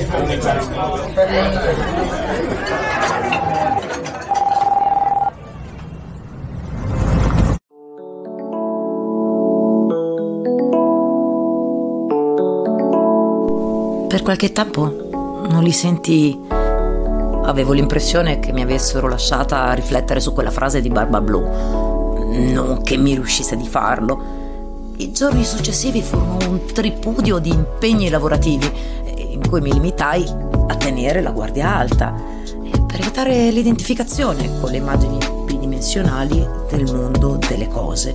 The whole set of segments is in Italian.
Per qualche tempo non li senti. Avevo l'impressione che mi avessero lasciata riflettere su quella frase di Barbablù. Non che mi riuscisse di farlo. I giorni successivi furono un tripudio di impegni lavorativi in cui mi limitai a tenere la guardia alta per evitare l'identificazione con le immagini bidimensionali del mondo delle cose.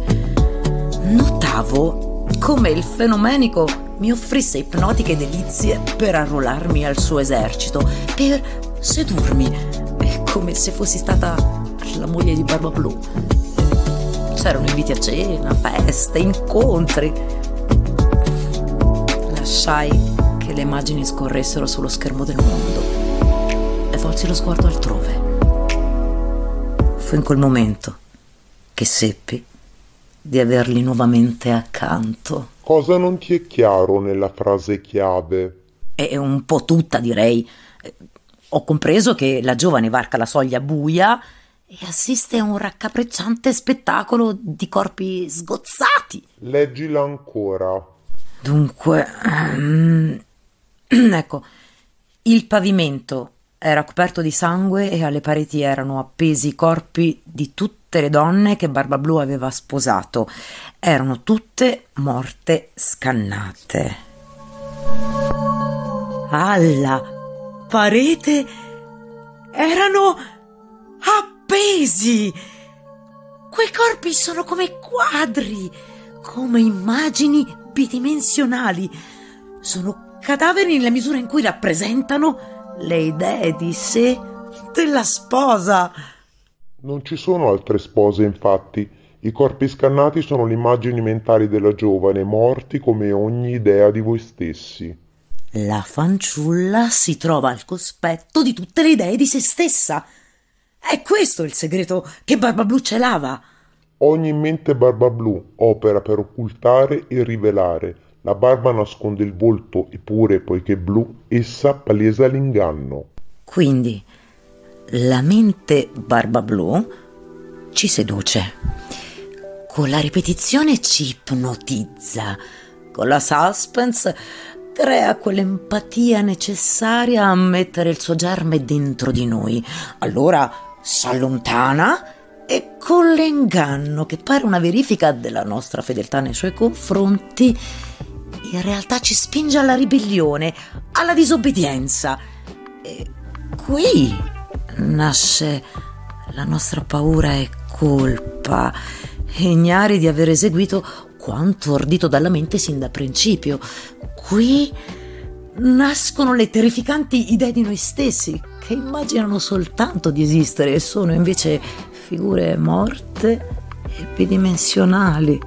Notavo come il fenomenico mi offrisse ipnotiche delizie per arruolarmi al suo esercito, per sedurmi, come se fossi stata la moglie di Barbablù. C'erano inviti a cena, feste, incontri. Lasciai che le immagini scorressero sullo schermo del mondo e volsi lo sguardo altrove. Fu in quel momento che seppi di averli nuovamente accanto. Cosa non ti è chiaro nella frase chiave? È un po' tutta, direi. Ho compreso che la giovane varca la soglia buia e assiste a un raccapricciante spettacolo di corpi sgozzati. Leggila ancora. Dunque, ecco, il pavimento era coperto di sangue e alle pareti erano appesi i corpi di tutte le donne che Barbablù aveva sposato. Erano tutte morte scannate. Alla parete erano appesi. Quei corpi sono come quadri, come immagini bidimensionali. Sono cadaveri nella misura in cui rappresentano le idee di sé della sposa. Non ci sono altre spose, infatti. I corpi scannati sono le immagini mentali della giovane, morti come ogni idea di voi stessi. La fanciulla si trova al cospetto di tutte le idee di se stessa. È questo il segreto che Barbablù celava. Ogni mente Barbablù opera per occultare e rivelare. La barba nasconde il volto, eppure, poiché blu, essa palesa l'inganno. Quindi la mente Barbablù ci seduce. Con la ripetizione ci ipnotizza. Con la suspense crea quell'empatia necessaria a mettere il suo germe dentro di noi. Allora s'allontana e con l'inganno, che pare una verifica della nostra fedeltà nei suoi confronti, in realtà ci spinge alla ribellione, alla disobbedienza. E qui nasce la nostra paura e colpa, ignari di aver eseguito quanto ordito dalla mente sin da principio. Qui nascono le terrificanti idee di noi stessi, che immaginano soltanto di esistere e sono invece figure morte e bidimensionali.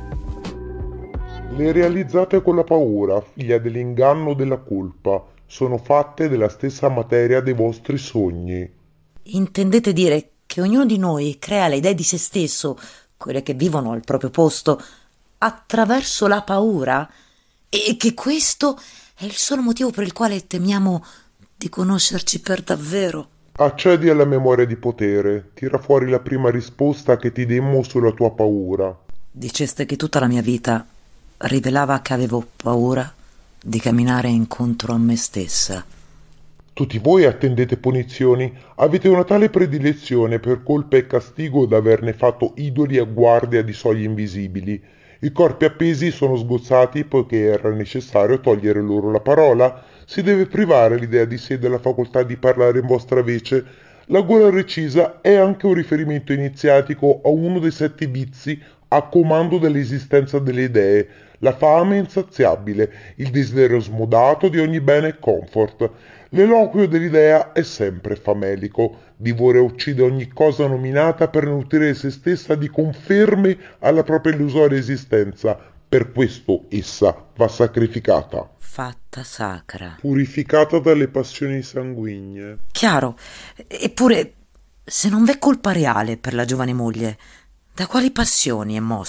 Le realizzate con la paura, figlia dell'inganno della colpa, sono fatte della stessa materia dei vostri sogni. Intendete dire che ognuno di noi crea le idee di se stesso, quelle che vivono al proprio posto, attraverso la paura? E che questo è il solo motivo per il quale temiamo di conoscerci per davvero? Accedi alla memoria di potere, tira fuori la prima risposta che ti demmo sulla tua paura. Diceste che tutta la mia vita rivelava che avevo paura di camminare incontro a me stessa. Tutti voi attendete punizioni, avete una tale predilezione per colpa e castigo da averne fatto idoli a guardia di soglie invisibili. I corpi appesi sono sgozzati poiché era necessario togliere loro la parola. Si deve privare l'idea di sé della facoltà di parlare in vostra vece. La gola recisa è anche un riferimento iniziatico a uno dei 7 vizi a comando dell'esistenza delle idee, la fame insaziabile, il desiderio smodato di ogni bene e comfort. L'eloquio dell'idea è sempre famelico, divora e uccide ogni cosa nominata per nutrire se stessa di conferme alla propria illusoria esistenza. Per questo essa va sacrificata. Fatta sacra. Purificata dalle passioni sanguigne. Chiaro. Eppure, se non v'è colpa reale per la giovane moglie, da quali passioni è mossa?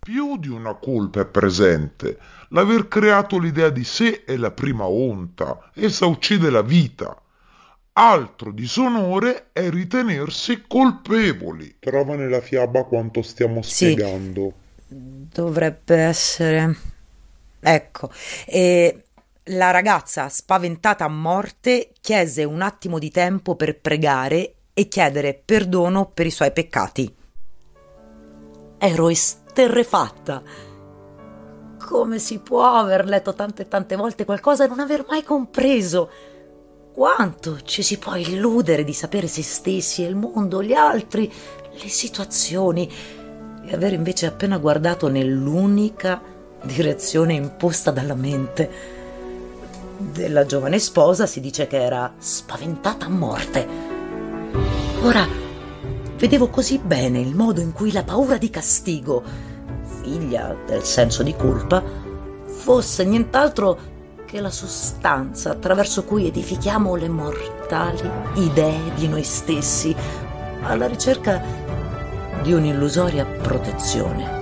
Più di una colpa è presente. L'aver creato l'idea di sé è la prima onta, essa uccide la vita. Altro disonore è ritenersi colpevoli. Trova nella fiaba quanto stiamo Sì, spiegando. dovrebbe essere... Ecco, e la ragazza, spaventata a morte, chiese un attimo di tempo per pregare e chiedere perdono per i suoi peccati. Ero esterrefatta. Come si può aver letto tante e tante volte qualcosa e non aver mai compreso? Quanto ci si può illudere di sapere se stessi e il mondo, gli altri, le situazioni, e aver invece appena guardato nell'unica direzione imposta dalla mente. Della giovane sposa si dice che era spaventata a morte. Ora vedevo così bene il modo in cui la paura di castigo, figlia del senso di colpa, fosse nient'altro che la sostanza attraverso cui edifichiamo le mortali idee di noi stessi alla ricerca di un'illusoria protezione.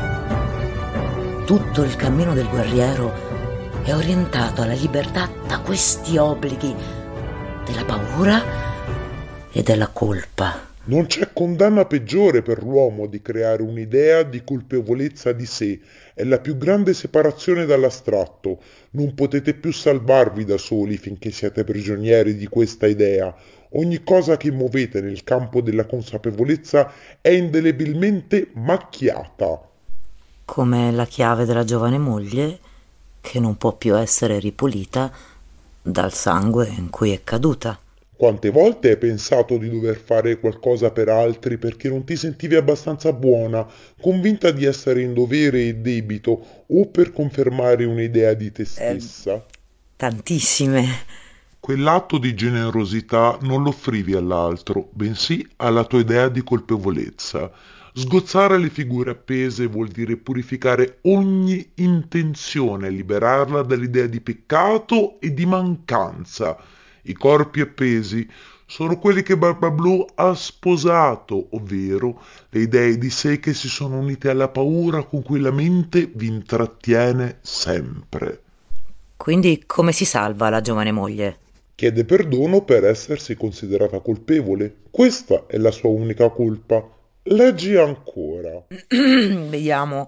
Tutto il cammino del guerriero è orientato alla libertà da questi obblighi della paura e della colpa. Non c'è condanna peggiore per l'uomo di creare un'idea di colpevolezza di sé. È la più grande separazione dall'astratto. Non potete più salvarvi da soli finché siete prigionieri di questa idea. Ogni cosa che muovete nel campo della consapevolezza è indelebilmente macchiata. Come la chiave della giovane moglie che non può più essere ripulita dal sangue in cui è caduta. Quante volte hai pensato di dover fare qualcosa per altri perché non ti sentivi abbastanza buona, convinta di essere in dovere e debito, o per confermare un'idea di te stessa? Tantissime. Quell'atto di generosità non lo offrivi all'altro, bensì alla tua idea di colpevolezza. Sgozzare le figure appese vuol dire purificare ogni intenzione, liberarla dall'idea di peccato e di mancanza. I corpi appesi sono quelli che Barbablù ha sposato, ovvero le idee di sé che si sono unite alla paura con cui la mente vi intrattiene sempre. Quindi come si salva la giovane moglie? Chiede perdono per essersi considerata colpevole. Questa è la sua unica colpa. Leggi ancora. Vediamo.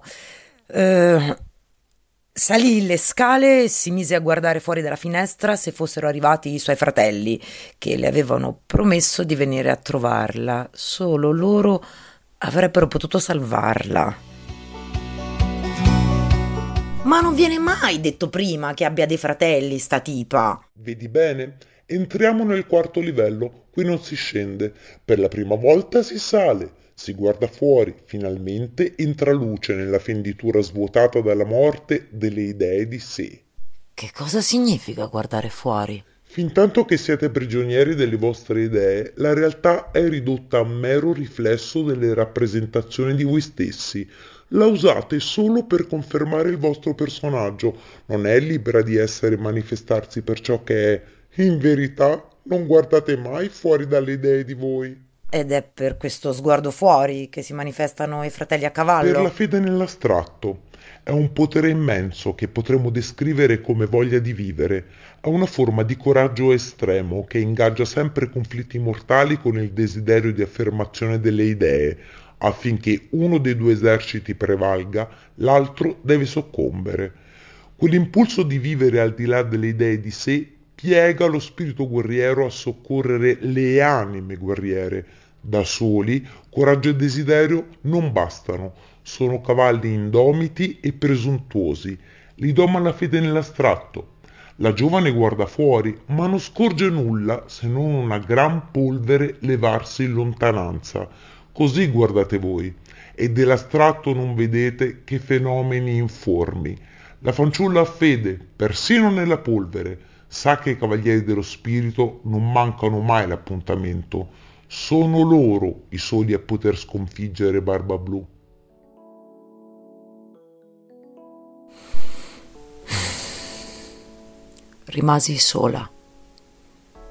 Salì le scale e si mise a guardare fuori dalla finestra se fossero arrivati i suoi fratelli, che le avevano promesso di venire a trovarla. Solo loro avrebbero potuto salvarla. Ma non viene mai detto prima che abbia dei fratelli, sta tipa. Vedi bene? Entriamo nel quarto livello. Qui non si scende. Per la prima volta si sale. Si guarda fuori, finalmente entra luce nella fenditura svuotata dalla morte delle idee di sé. Che cosa significa guardare fuori? Fintanto che siete prigionieri delle vostre idee, la realtà è ridotta a mero riflesso delle rappresentazioni di voi stessi. La usate solo per confermare il vostro personaggio, non è libera di essere e manifestarsi per ciò che è. In verità, non guardate mai fuori dalle idee di voi. Ed è per questo sguardo fuori che si manifestano i fratelli a Per la cavallo? fede nell'astratto. È un potere immenso che potremmo descrivere come voglia di vivere. È una forma di coraggio estremo che ingaggia sempre conflitti mortali con il desiderio di affermazione delle idee. Affinché uno dei due eserciti prevalga, l'altro deve soccombere. Quell'impulso di vivere al di là delle idee di sé piega lo spirito guerriero a soccorrere le anime guerriere. Da soli, coraggio e desiderio non bastano, sono cavalli indomiti e presuntuosi, li doma la fede nell'astratto. La giovane guarda fuori, ma non scorge nulla se non una gran polvere levarsi in lontananza. Così guardate voi, e dell'astratto non vedete che fenomeni informi. La fanciulla ha fede, persino nella polvere, sa che i cavalieri dello spirito non mancano mai all'appuntamento. Sono loro i soli a poter sconfiggere Barbablù. Rimasi sola.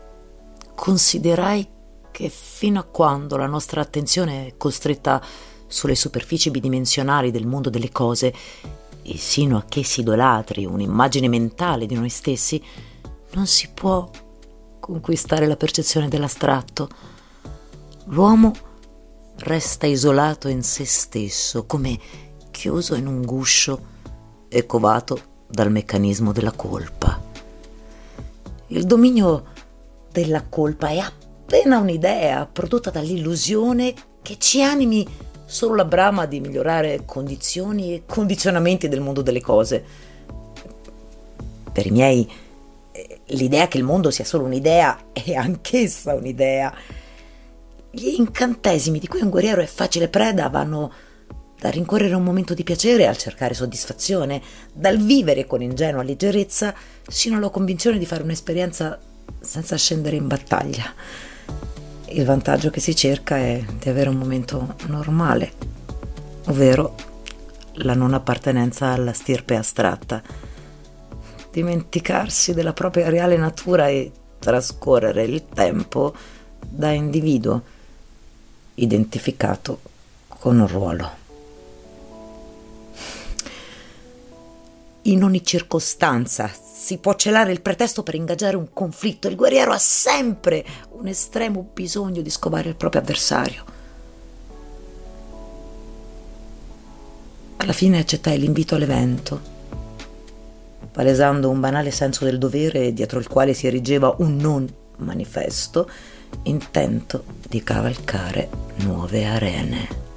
Considerai che fino a quando la nostra attenzione è costretta sulle superfici bidimensionali del mondo delle cose e sino a che si idolatri un'immagine mentale di noi stessi, non si può conquistare la percezione dell'astratto. L'uomo resta isolato in se stesso, come chiuso in un guscio e covato dal meccanismo della colpa. Il dominio della colpa è appena un'idea prodotta dall'illusione che ci animi solo la brama di migliorare condizioni e condizionamenti del mondo delle cose. Per i miei, l'idea che il mondo sia solo un'idea è anch'essa un'idea. Gli incantesimi di cui un guerriero è facile preda vanno dal rincorrere un momento di piacere al cercare soddisfazione, dal vivere con ingenua leggerezza sino alla convinzione di fare un'esperienza senza scendere in battaglia. Il vantaggio che si cerca è di avere un momento normale, ovvero la non appartenenza alla stirpe astratta, dimenticarsi della propria reale natura e trascorrere il tempo da individuo identificato con un ruolo. In ogni circostanza si può celare il pretesto per ingaggiare un conflitto. Il guerriero ha sempre un estremo bisogno di scovare il proprio avversario. Alla fine accettai l'invito all'evento, palesando un banale senso del dovere dietro il quale si erigeva un non manifesto, intento di cavalcare nuove arene.